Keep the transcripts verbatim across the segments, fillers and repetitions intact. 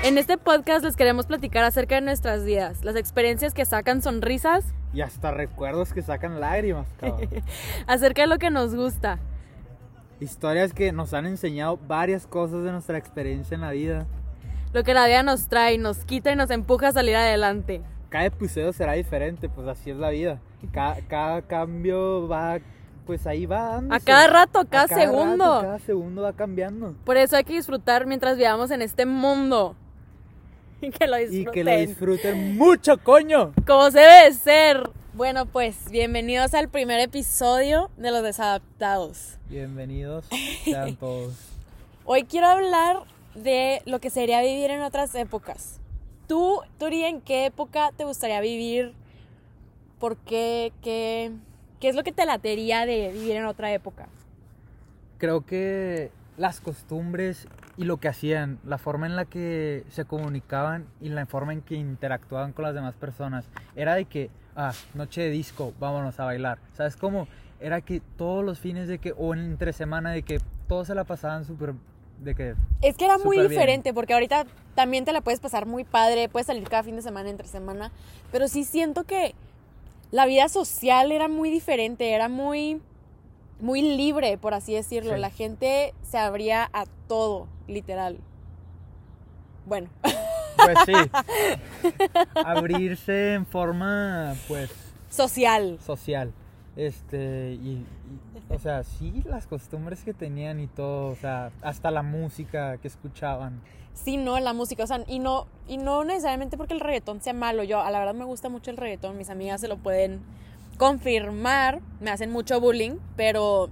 En este podcast les queremos platicar acerca de nuestras vidas, las experiencias que sacan sonrisas y hasta recuerdos que sacan lágrimas, cabrón. acerca de lo que nos gusta. Historias que nos han enseñado varias cosas de nuestra experiencia en la vida. Lo que la vida nos trae, nos quita y nos empuja a salir adelante. Cada episodio será diferente, pues así es la vida. Cada, cada cambio va, pues ahí va dándose. A cada rato, cada, a cada segundo. Rato, cada segundo va cambiando. Por eso hay que disfrutar mientras vivamos en este mundo. Y que lo disfruten. Y que lo disfruten mucho, coño. Como se debe ser. Bueno, pues, bienvenidos al primer episodio de Los Desadaptados. Bienvenidos sean todos. Hoy quiero hablar de lo que sería vivir en otras épocas. ¿Tú, Turi, en qué época te gustaría vivir? ¿Por qué? ¿Qué, qué es lo que te latería de vivir en otra época? Creo que las costumbres y lo que hacían, la forma en la que se comunicaban y la forma en que interactuaban con las demás personas, era de que, ah, noche de disco, vámonos a bailar. ¿Sabes cómo? Era que todos los fines de que, o entre semana, de que todos se la pasaban súper, de que... Es que era muy bien. diferente, porque ahorita también te la puedes pasar muy padre, puedes salir cada fin de semana, entre semana, pero sí siento que la vida social era muy diferente, era muy... muy libre, por así decirlo. Sí. La gente se abría a todo, literal. Bueno. Pues sí. Abrirse en forma, pues... social. Social. Este, y, y, o sea, sí, las costumbres que tenían y todo, o sea, hasta la música que escuchaban. Sí, no, la música, o sea, y no, y no necesariamente porque el reggaetón sea malo. Yo, a la verdad, me gusta mucho el reggaetón, mis amigas se lo pueden confirmar, me hacen mucho bullying, pero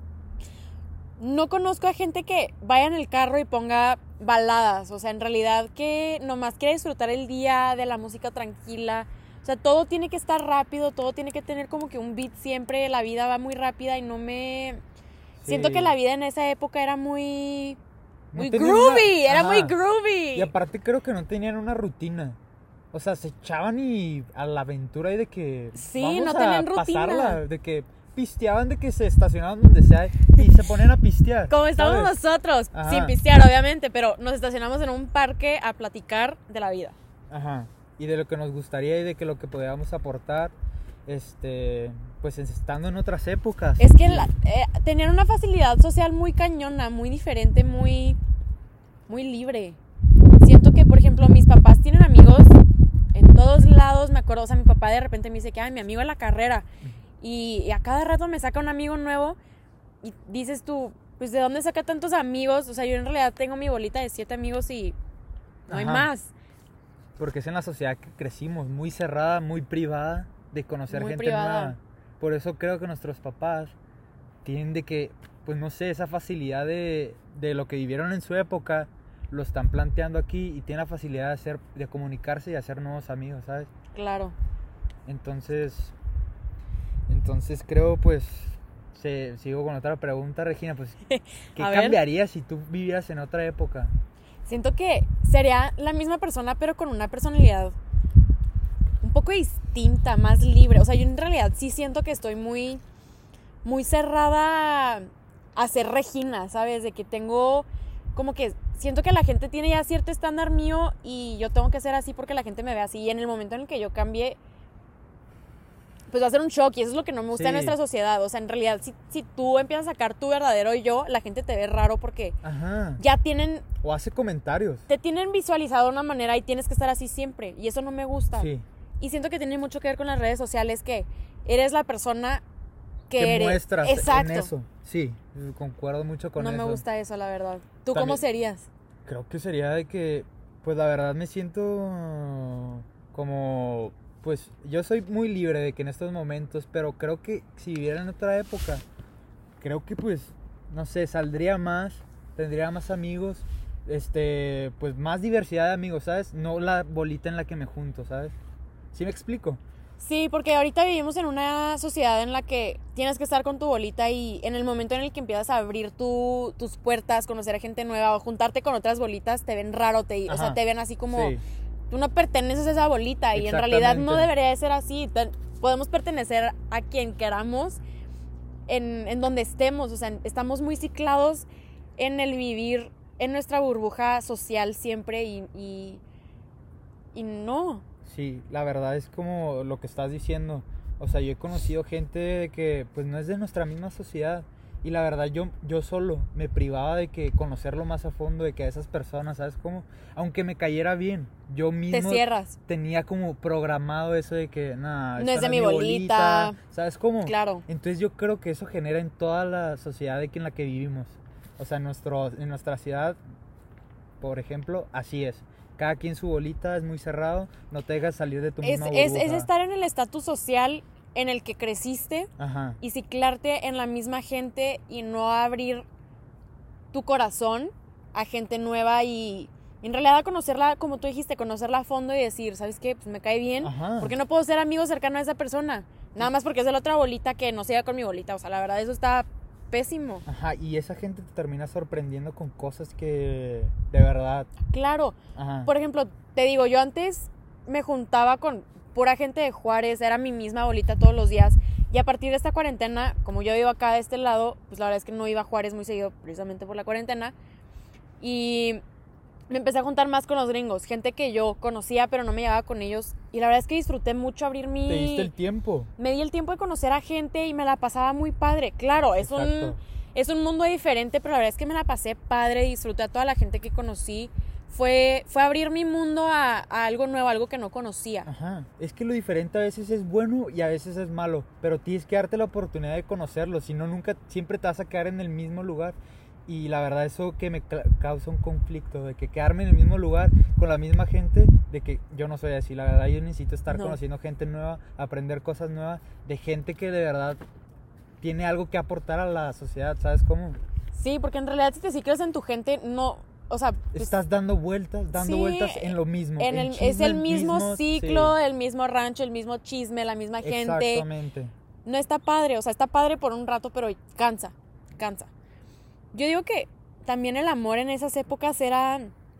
no conozco a gente que vaya en el carro y ponga baladas, o sea, en realidad que nomás quiere disfrutar el día de la música tranquila, o sea, todo tiene que estar rápido, todo tiene que tener como que un beat siempre, la vida va muy rápida y no me... Sí. Siento que la vida en esa época era muy... muy no groovy, una... era Ajá. muy groovy. Y aparte creo que no tenían una rutina. O sea, se echaban y a la aventura y de que sí, vamos no a tenían rutina. pasarla, de que pisteaban, de que se estacionaban donde sea y se ponían a pistear. Como estamos ¿sabes? nosotros, Ajá. sin pistear obviamente, pero nos estacionamos en un parque a platicar de la vida. Ajá, y de lo que nos gustaría y de que lo que podíamos aportar, este, pues estando en otras épocas. Es que la, eh, tenían una facilidad social muy cañona, muy diferente, muy, muy libre. Siento que, por ejemplo, mis papás tienen amigos en todos lados, me acuerdo, o sea, mi papá de repente me dice que, ay, mi amigo en la carrera, y, y a cada rato me saca un amigo nuevo, y dices tú, pues, ¿de dónde saca tantos amigos? O sea, yo en realidad tengo mi bolita de siete amigos y no Ajá. hay más. Porque es en la sociedad que crecimos, muy cerrada, muy privada, de conocer muy gente privada. nueva. Por eso creo que nuestros papás tienen de que, pues, no sé, esa facilidad de, de lo que vivieron en su época, lo están planteando aquí y tiene la facilidad de hacer, de comunicarse y hacer nuevos amigos, ¿sabes? Claro. Entonces, entonces creo, pues, se, sigo con otra pregunta, Regina, pues, ¿qué cambiaría si tú vivieras en otra época? Siento que sería la misma persona, pero con una personalidad un poco distinta, más libre. O sea, yo en realidad sí siento que estoy muy, muy cerrada a ser Regina, ¿sabes? De que tengo como que siento que la gente tiene ya cierto estándar mío y yo tengo que ser así porque la gente me ve así. Y en el momento en el que yo cambie, pues va a ser un shock y eso es lo que no me gusta sí. de nuestra sociedad. O sea, en realidad, si, si tú empiezas a sacar tu verdadero yo, la gente te ve raro porque Ajá. ya tienen... O hace comentarios. Te tienen visualizado de una manera y tienes que estar así siempre. Y eso no me gusta. Sí. Y siento que tiene mucho que ver con las redes sociales, que eres la persona que, que eres. muestras Exacto. en eso. Sí, concuerdo mucho con no eso. No me gusta eso, la verdad. ¿Tú También, cómo serías? Creo que sería de que, pues la verdad me siento como, pues yo soy muy libre de que en estos momentos, pero creo que si viviera en otra época, creo que pues, no sé, saldría más, tendría más amigos, este, pues más diversidad de amigos, ¿sabes? No la bolita en la que me junto, ¿sabes? ¿Sí me explico? Sí, porque ahorita vivimos en una sociedad en la que tienes que estar con tu bolita y en el momento en el que empiezas a abrir tu, tus puertas, conocer a gente nueva o juntarte con otras bolitas, te ven raro, te, o sea, te ven así como... Sí. Tú no perteneces a esa bolita y en realidad no debería de ser así. Podemos pertenecer a quien queramos en, en donde estemos, o sea, estamos muy ciclados en el vivir en nuestra burbuja social siempre y, y, y no. Sí, la verdad es como lo que estás diciendo. O sea, yo he conocido gente de que pues no es de nuestra misma sociedad. Y la verdad yo, yo solo me privaba de que conocerlo más a fondo, de que a esas personas, ¿sabes cómo? Aunque me cayera bien, yo mismo Te cierras. tenía como programado eso de que, nada, No es de mi bolita. ¿Sabes cómo? Claro. Entonces yo creo que eso genera en toda la sociedad de que en la que vivimos. O sea, en, nuestro, en nuestra ciudad, por ejemplo, así es. Cada quien su bolita, es muy cerrado, no te dejas salir de tu Es, misma es, burbuja. es estar en el estatus social en el que creciste. Ajá. Y ciclarte en la misma gente y no abrir tu corazón a gente nueva y, y en realidad conocerla, como tú dijiste, conocerla a fondo y decir, ¿sabes qué? Pues me cae bien. Ajá. ¿Por qué no puedo ser amigo cercano a esa persona? Nada más porque es de la otra bolita que no se lleva con mi bolita. O sea, la verdad, eso está pésimo. Ajá, y esa gente te termina sorprendiendo con cosas que de verdad... Claro. Ajá. Por ejemplo, te digo, yo antes me juntaba con pura gente de Juárez, era mi misma bolita todos los días. Y a partir de esta cuarentena, como yo vivo acá de este lado, pues la verdad es que no iba a Juárez muy seguido precisamente por la cuarentena. Y me empecé a juntar más con los gringos, gente que yo conocía pero no me llevaba con ellos. Y la verdad es que disfruté mucho abrir mi... Te diste el tiempo. Me di el tiempo de conocer a gente y me la pasaba muy padre. Claro, es un, es un mundo diferente, pero la verdad es que me la pasé padre, disfruté a toda la gente que conocí. Fue, fue abrir mi mundo a, a algo nuevo, algo que no conocía. Ajá, es que lo diferente a veces es bueno y a veces es malo, pero tienes que darte la oportunidad de conocerlo, si no nunca, siempre te vas a quedar en el mismo lugar. Y la verdad eso que me causa un conflicto, de que quedarme en el mismo lugar con la misma gente, de que yo no soy así, la verdad yo necesito estar No. conociendo gente nueva, aprender cosas nuevas, de gente que de verdad tiene algo que aportar a la sociedad, ¿sabes cómo? Sí, porque en realidad si te ciclas en tu gente, no... O sea, pues, estás dando vueltas, dando sí, vueltas en lo mismo. en el, chisme, es el mismo, ciclo, sí. el mismo rancho, el mismo chisme, la misma gente. Exactamente. No está padre, o sea, está padre por un rato, pero cansa, cansa. Yo digo que también el amor en esas épocas era...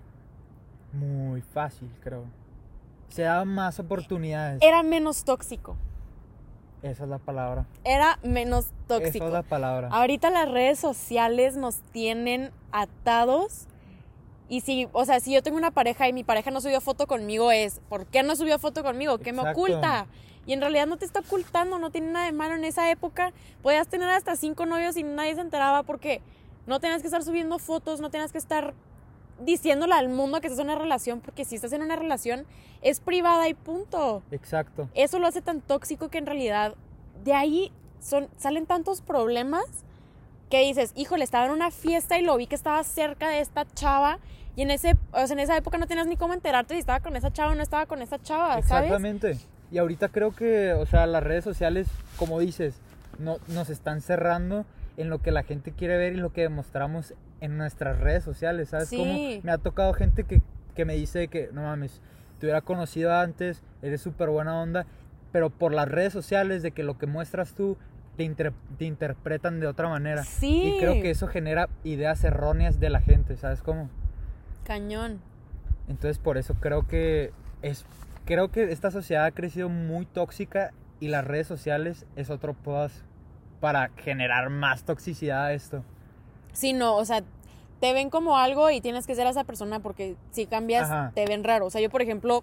Muy fácil, creo. Se daban más oportunidades. Era menos tóxico. Esa es la palabra. Era menos tóxico. Esa es la palabra. Ahorita las redes sociales nos tienen atados. Y si, o sea, si yo tengo una pareja y mi pareja no subió foto conmigo, es ¿por qué no subió foto conmigo? ¿Qué me Exacto. oculta? Y en realidad no te está ocultando, no tiene nada de malo. En esa época podías tener hasta cinco novios y nadie se enteraba porque no tenías que estar subiendo fotos, no tenías que estar diciéndole al mundo que estás en una relación, porque si estás en una relación es privada y punto. Exacto. Eso lo hace tan tóxico que en realidad de ahí son, salen tantos problemas que dices, híjole, estaba en una fiesta y lo vi que estaba cerca de esta chava y en ese, o sea, en esa época no tenías ni cómo enterarte si estaba con esa chava o no estaba con esa chava, ¿sabes? Exactamente. Y ahorita creo que, o sea, las redes sociales, como dices, no, nos están cerrando en lo que la gente quiere ver y lo que demostramos en nuestras redes sociales, ¿sabes? Sí. Como me ha tocado gente que, que me dice que, no mames, te hubiera conocido antes, eres súper buena onda, pero por las redes sociales de que lo que muestras tú te, inter, te interpretan de otra manera. Sí. Y creo que eso genera ideas erróneas de la gente, ¿sabes cómo? Cañón. Entonces por eso creo que es creo que esta sociedad ha crecido muy tóxica y las redes sociales es otro plus para generar más toxicidad a esto. Sí, no, o sea, te ven como algo y tienes que ser esa persona porque si cambias Ajá. te ven raro. O sea, yo por ejemplo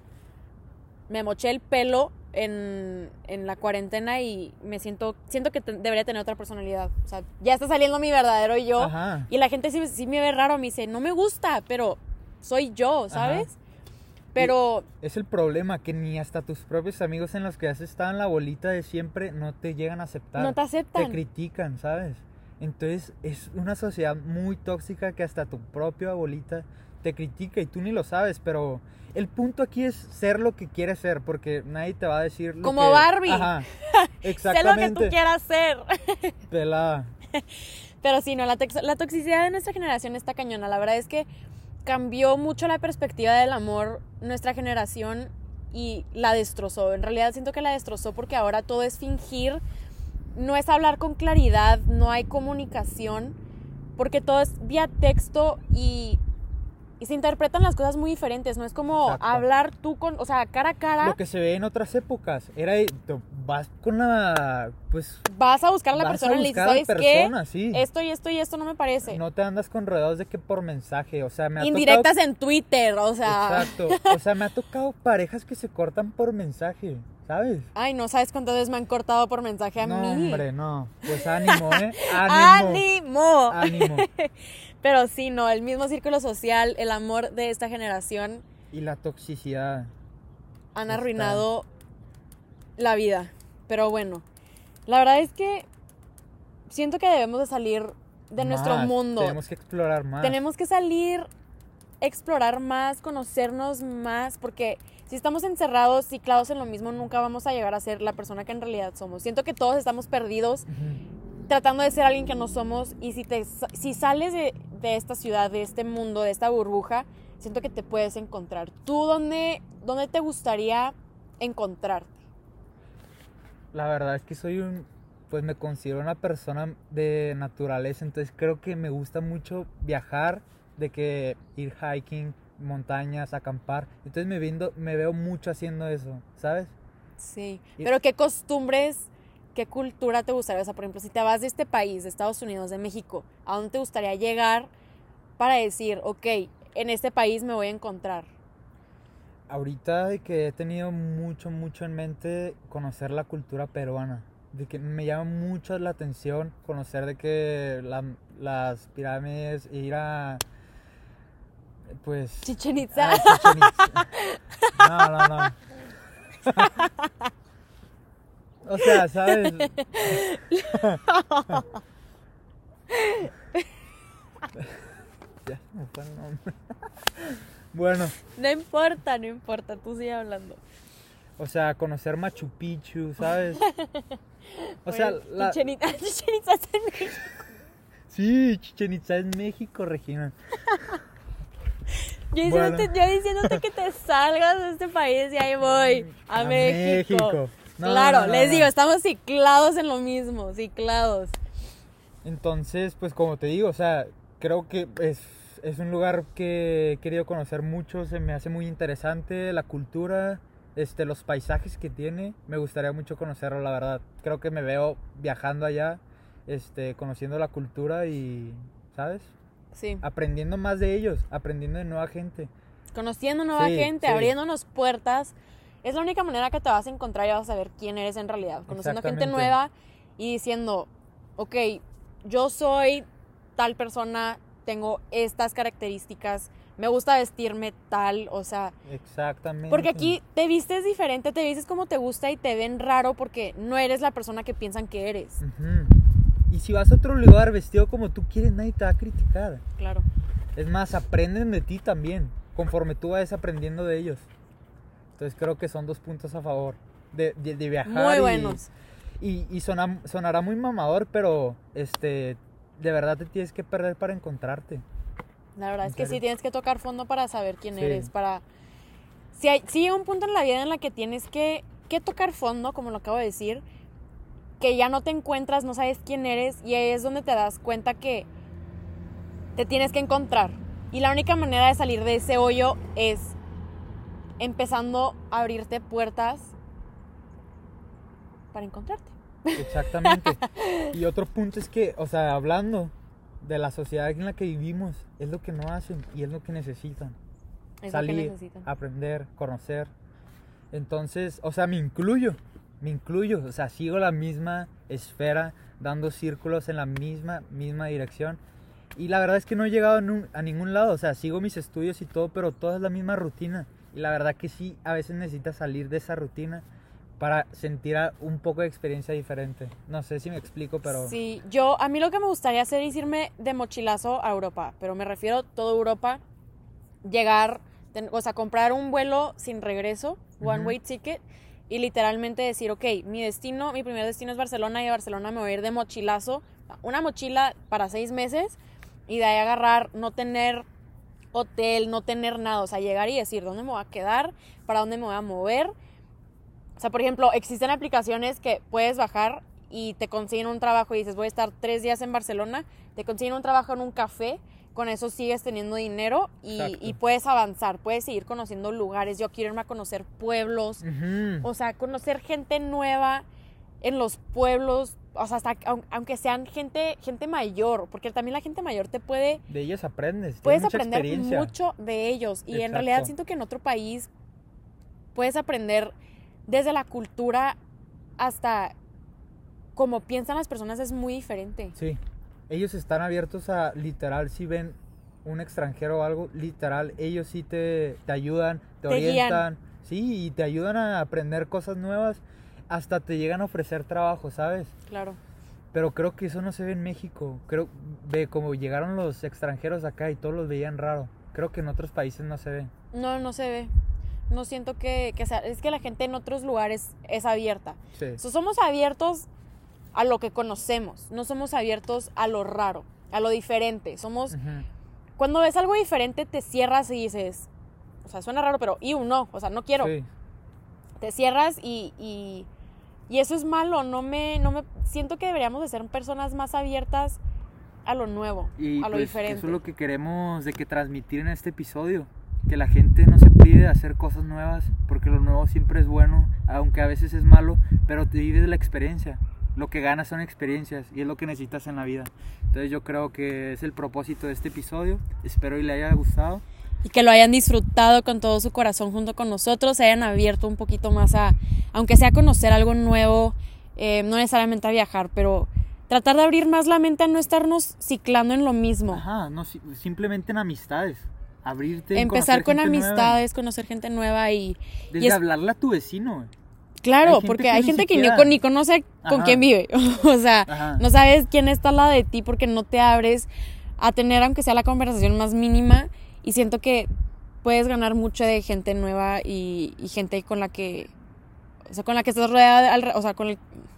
me moché el pelo en, en la cuarentena y me siento siento que te, debería tener otra personalidad. O sea, ya está saliendo mi verdadero yo. Ajá. Y la gente sí, sí me ve raro, me dice, no me gusta, pero soy yo, ¿sabes? Ajá. Pero Y es el problema que ni hasta tus propios amigos en los que has estado en la bolita de siempre no te llegan a aceptar. no te aceptan. Te critican, ¿sabes? Entonces es una sociedad muy tóxica que hasta tu propia bolita te critica y tú ni lo sabes, pero el punto aquí es ser lo que quieres ser, porque nadie te va a decir lo Como que... Barbie. Ajá, Sé exactamente. lo que tú quieras ser. Pelada. Pero sí, no, la, tox- la toxicidad de nuestra generación está cañona. La verdad es que cambió mucho la perspectiva del amor nuestra generación y la destrozó. En realidad siento que la destrozó porque ahora todo es fingir, no es hablar con claridad, no hay comunicación, porque todo es vía texto y, y se interpretan las cosas muy diferentes. No es como Exacto. hablar tú con, o sea, cara a cara. Lo que se ve en otras épocas era vas con la, pues... Vas a buscar a la vas persona a y le dices, buscar a la ¿sabes persona, qué? sí. Esto y esto y esto no me parece. No te andas con rodeos de que por mensaje, o sea, me ha Indirectas tocado... en Twitter, o sea... Exacto, o sea, me ha tocado parejas que se cortan por mensaje, ¿sabes? Ay, no sabes cuántas veces me han cortado por mensaje a no, mí. No, hombre, no. Pues ánimo, ¿eh? Ánimo. ¡Ánimo! Ánimo. Pero sí, no, el mismo círculo social, el amor de esta generación... Y la toxicidad. Han Está... arruinado la vida. Pero bueno, la verdad es que siento que debemos de salir de más, nuestro mundo. Tenemos que explorar más. Tenemos que salir, explorar más, conocernos más, porque si estamos encerrados, ciclados en lo mismo, nunca vamos a llegar a ser la persona que en realidad somos. Siento que todos estamos perdidos, uh-huh. tratando de ser alguien que no somos, y si, te, si sales de, de esta ciudad, de este mundo, de esta burbuja, siento que te puedes encontrar. ¿Tú dónde, dónde te gustaría encontrarte? La verdad es que soy un, pues me considero una persona de naturaleza, entonces creo que me gusta mucho viajar, de que ir hiking, montañas, acampar, entonces me, viendo, me veo mucho haciendo eso, ¿sabes? Sí, y... pero ¿qué costumbres, qué cultura te gustaría? O sea, por ejemplo, si te vas de este país, de Estados Unidos, de México, ¿a dónde te gustaría llegar para decir, ok, en este país me voy a encontrar? Ahorita de que he tenido mucho, mucho en mente conocer la cultura peruana, de que me llama mucho la atención conocer de que la, las pirámides, ir a, pues... Chichen Itza. Ah, Chichen Itza. No, no, no. O sea, ¿sabes? Ya se me fue el nombre. Bueno. No importa, no importa, tú sigue hablando. O sea, conocer Machu Picchu, ¿sabes? O pues, sea, la... Chichen Itza, Chichen Itza está en México. Sí, Chichen Itza es México, Regina. Yo diciéndote, bueno. yo diciéndote que te salgas de este país y ahí voy, a, a México. México. No, claro, no, no, les no. digo, estamos ciclados en lo mismo, ciclados. Entonces, pues como te digo, o sea, creo que es, es un lugar que he querido conocer mucho, se me hace muy interesante la cultura, este, los paisajes que tiene, me gustaría mucho conocerlo, la verdad. Creo que me veo viajando allá, este, conociendo la cultura y, ¿sabes? Sí. Aprendiendo más de ellos, aprendiendo de nueva gente. Conociendo nueva sí, gente, sí. abriéndonos puertas. Es la única manera que te vas a encontrar y vas a saber quién eres en realidad. Conociendo gente nueva y diciendo, ok, yo soy tal persona, tengo estas características, me gusta vestirme tal, o sea... Exactamente. Porque aquí te vistes diferente, te vistes como te gusta y te ven raro porque no eres la persona que piensan que eres. Uh-huh. Y si vas a otro lugar vestido como tú quieres, nadie te va a criticar. Claro. Es más, aprenden de ti también, conforme tú vayas aprendiendo de ellos. Entonces creo que son dos puntos a favor de, de, de viajar. Muy buenos. Y, y, y sona, sonará muy mamador, pero este, de verdad te tienes que perder para encontrarte. La verdad es que sí, tienes que tocar fondo para saber quién sí. eres. Para si hay, si llega un punto en la vida en la que tienes que, que tocar fondo, como lo acabo de decir, que ya no te encuentras, no sabes quién eres, y ahí es donde te das cuenta que te tienes que encontrar. Y la única manera de salir de ese hoyo es empezando a abrirte puertas para encontrarte. Exactamente. Y otro punto es que, o sea, hablando de la sociedad en la que vivimos, es lo que no hacen y es lo que necesitan. Es Salir, lo que necesitan. Aprender, conocer. Entonces, o sea, me incluyo, me incluyo, o sea, sigo la misma esfera, dando círculos en la misma, misma dirección. Y la verdad es que no he llegado a ningún lado, o sea, sigo mis estudios y todo, pero toda es la misma rutina. Y la verdad que sí, a veces necesitas salir de esa rutina para sentir un poco de experiencia diferente. No sé si me explico, pero... Sí, yo, a mí lo que me gustaría hacer es irme de mochilazo a Europa, pero me refiero a toda Europa, llegar, o sea, comprar un vuelo sin regreso, one uh-huh. way ticket, y literalmente decir, ok, mi destino, mi primer destino es Barcelona, y de Barcelona me voy a ir de mochilazo, una mochila para seis meses, y de ahí agarrar, no tener hotel, no tener nada, o sea, llegar y decir dónde me voy a quedar, para dónde me voy a mover. O sea, por ejemplo, existen aplicaciones que puedes bajar y te consiguen un trabajo y dices, voy a estar tres días en Barcelona, te consiguen un trabajo en un café, con eso sigues teniendo dinero y, y puedes avanzar, puedes seguir conociendo lugares. Yo quiero irme a conocer pueblos, uh-huh. o sea, conocer gente nueva en los pueblos, o sea, hasta, aunque sean gente, gente mayor, porque también la gente mayor te puede... De ellos aprendes, puedes aprender mucho de ellos. Y Exacto. en realidad siento que en otro país puedes aprender desde la cultura hasta cómo piensan las personas, es muy diferente. Sí. Ellos están abiertos a, literal, si ven un extranjero o algo, literal, ellos sí te, te ayudan, te, te orientan, guían. Sí, y te ayudan a aprender cosas nuevas, hasta te llegan a ofrecer trabajo, ¿sabes? Claro. Pero creo que eso no se ve en México, creo, ve como llegaron los extranjeros acá y todos los veían raro, creo que en otros países no se ve. No, no se ve, no siento que, que sea, es que la gente en otros lugares es abierta. Sí. So, somos abiertos a lo que conocemos, no somos abiertos a lo raro, a lo diferente. Somos, uh-huh. cuando ves algo diferente te cierras y dices, o sea, suena raro, pero y no, o sea, no quiero. Sí. Te cierras y, y, y eso es malo. No me, no me siento que deberíamos de ser personas más abiertas a lo nuevo, y a lo pues diferente. Eso es lo que queremos de que transmitir en este episodio, que la gente no se prive de hacer cosas nuevas, porque lo nuevo siempre es bueno, aunque a veces es malo, pero te vives la experiencia. Lo que ganas son experiencias y es lo que necesitas en la vida. Entonces yo creo que es el propósito de este episodio. Espero y le haya gustado. Y que lo hayan disfrutado con todo su corazón junto con nosotros. Se hayan abierto un poquito más a, aunque sea a conocer algo nuevo, eh, no necesariamente a viajar, pero tratar de abrir más la mente a no estarnos ciclando en lo mismo. Ajá, no, simplemente en amistades. Abrirte, empezar con amistades, nueva. Conocer gente nueva y... Desde y es, hablarle a tu vecino. Claro, hay porque hay gente siquiera... que ni, ni conoce con Ajá. quién vive. O sea, Ajá. no sabes quién está al lado de ti porque no te abres a tener, aunque sea la conversación más mínima. Y siento que puedes ganar mucho de gente nueva y, y gente con la que... O sea, con la que estás rodeada... O sea, con, el,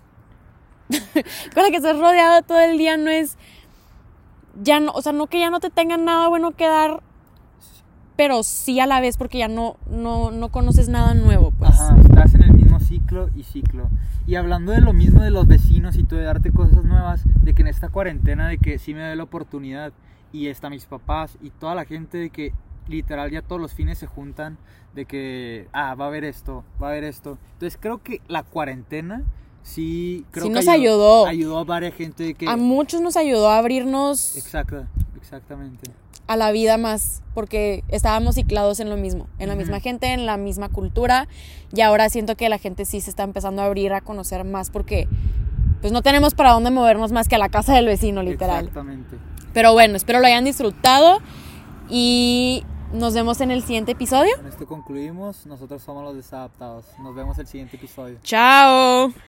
con la que estás rodeado todo el día no es... Ya no, o sea, no que ya no te tengan nada bueno que dar, pero sí a la vez porque ya no, no, no conoces nada nuevo, pues. Ajá, estás en el mismo ciclo y ciclo. Y hablando de lo mismo de los vecinos y tú de darte cosas nuevas, de que en esta cuarentena de que sí me doy la oportunidad y está mis papás y toda la gente de que literal ya todos los fines se juntan de que, ah, va a haber esto, va a haber esto. Entonces creo que la cuarentena sí, creo sí que nos ayudó, ayudó. Ayudó a varias gente de que... A muchos nos ayudó a abrirnos... Exacto, exactamente. A la vida más, porque estábamos ciclados en lo mismo, en la uh-huh. misma gente, en la misma cultura, y ahora siento que la gente sí se está empezando a abrir a conocer más porque pues no tenemos para dónde movernos más que a la casa del vecino, literal. Exactamente. Pero bueno, espero lo hayan disfrutado y nos vemos en el siguiente episodio. Con esto concluimos, nosotros somos los desadaptados. Nos vemos el siguiente episodio. Chao.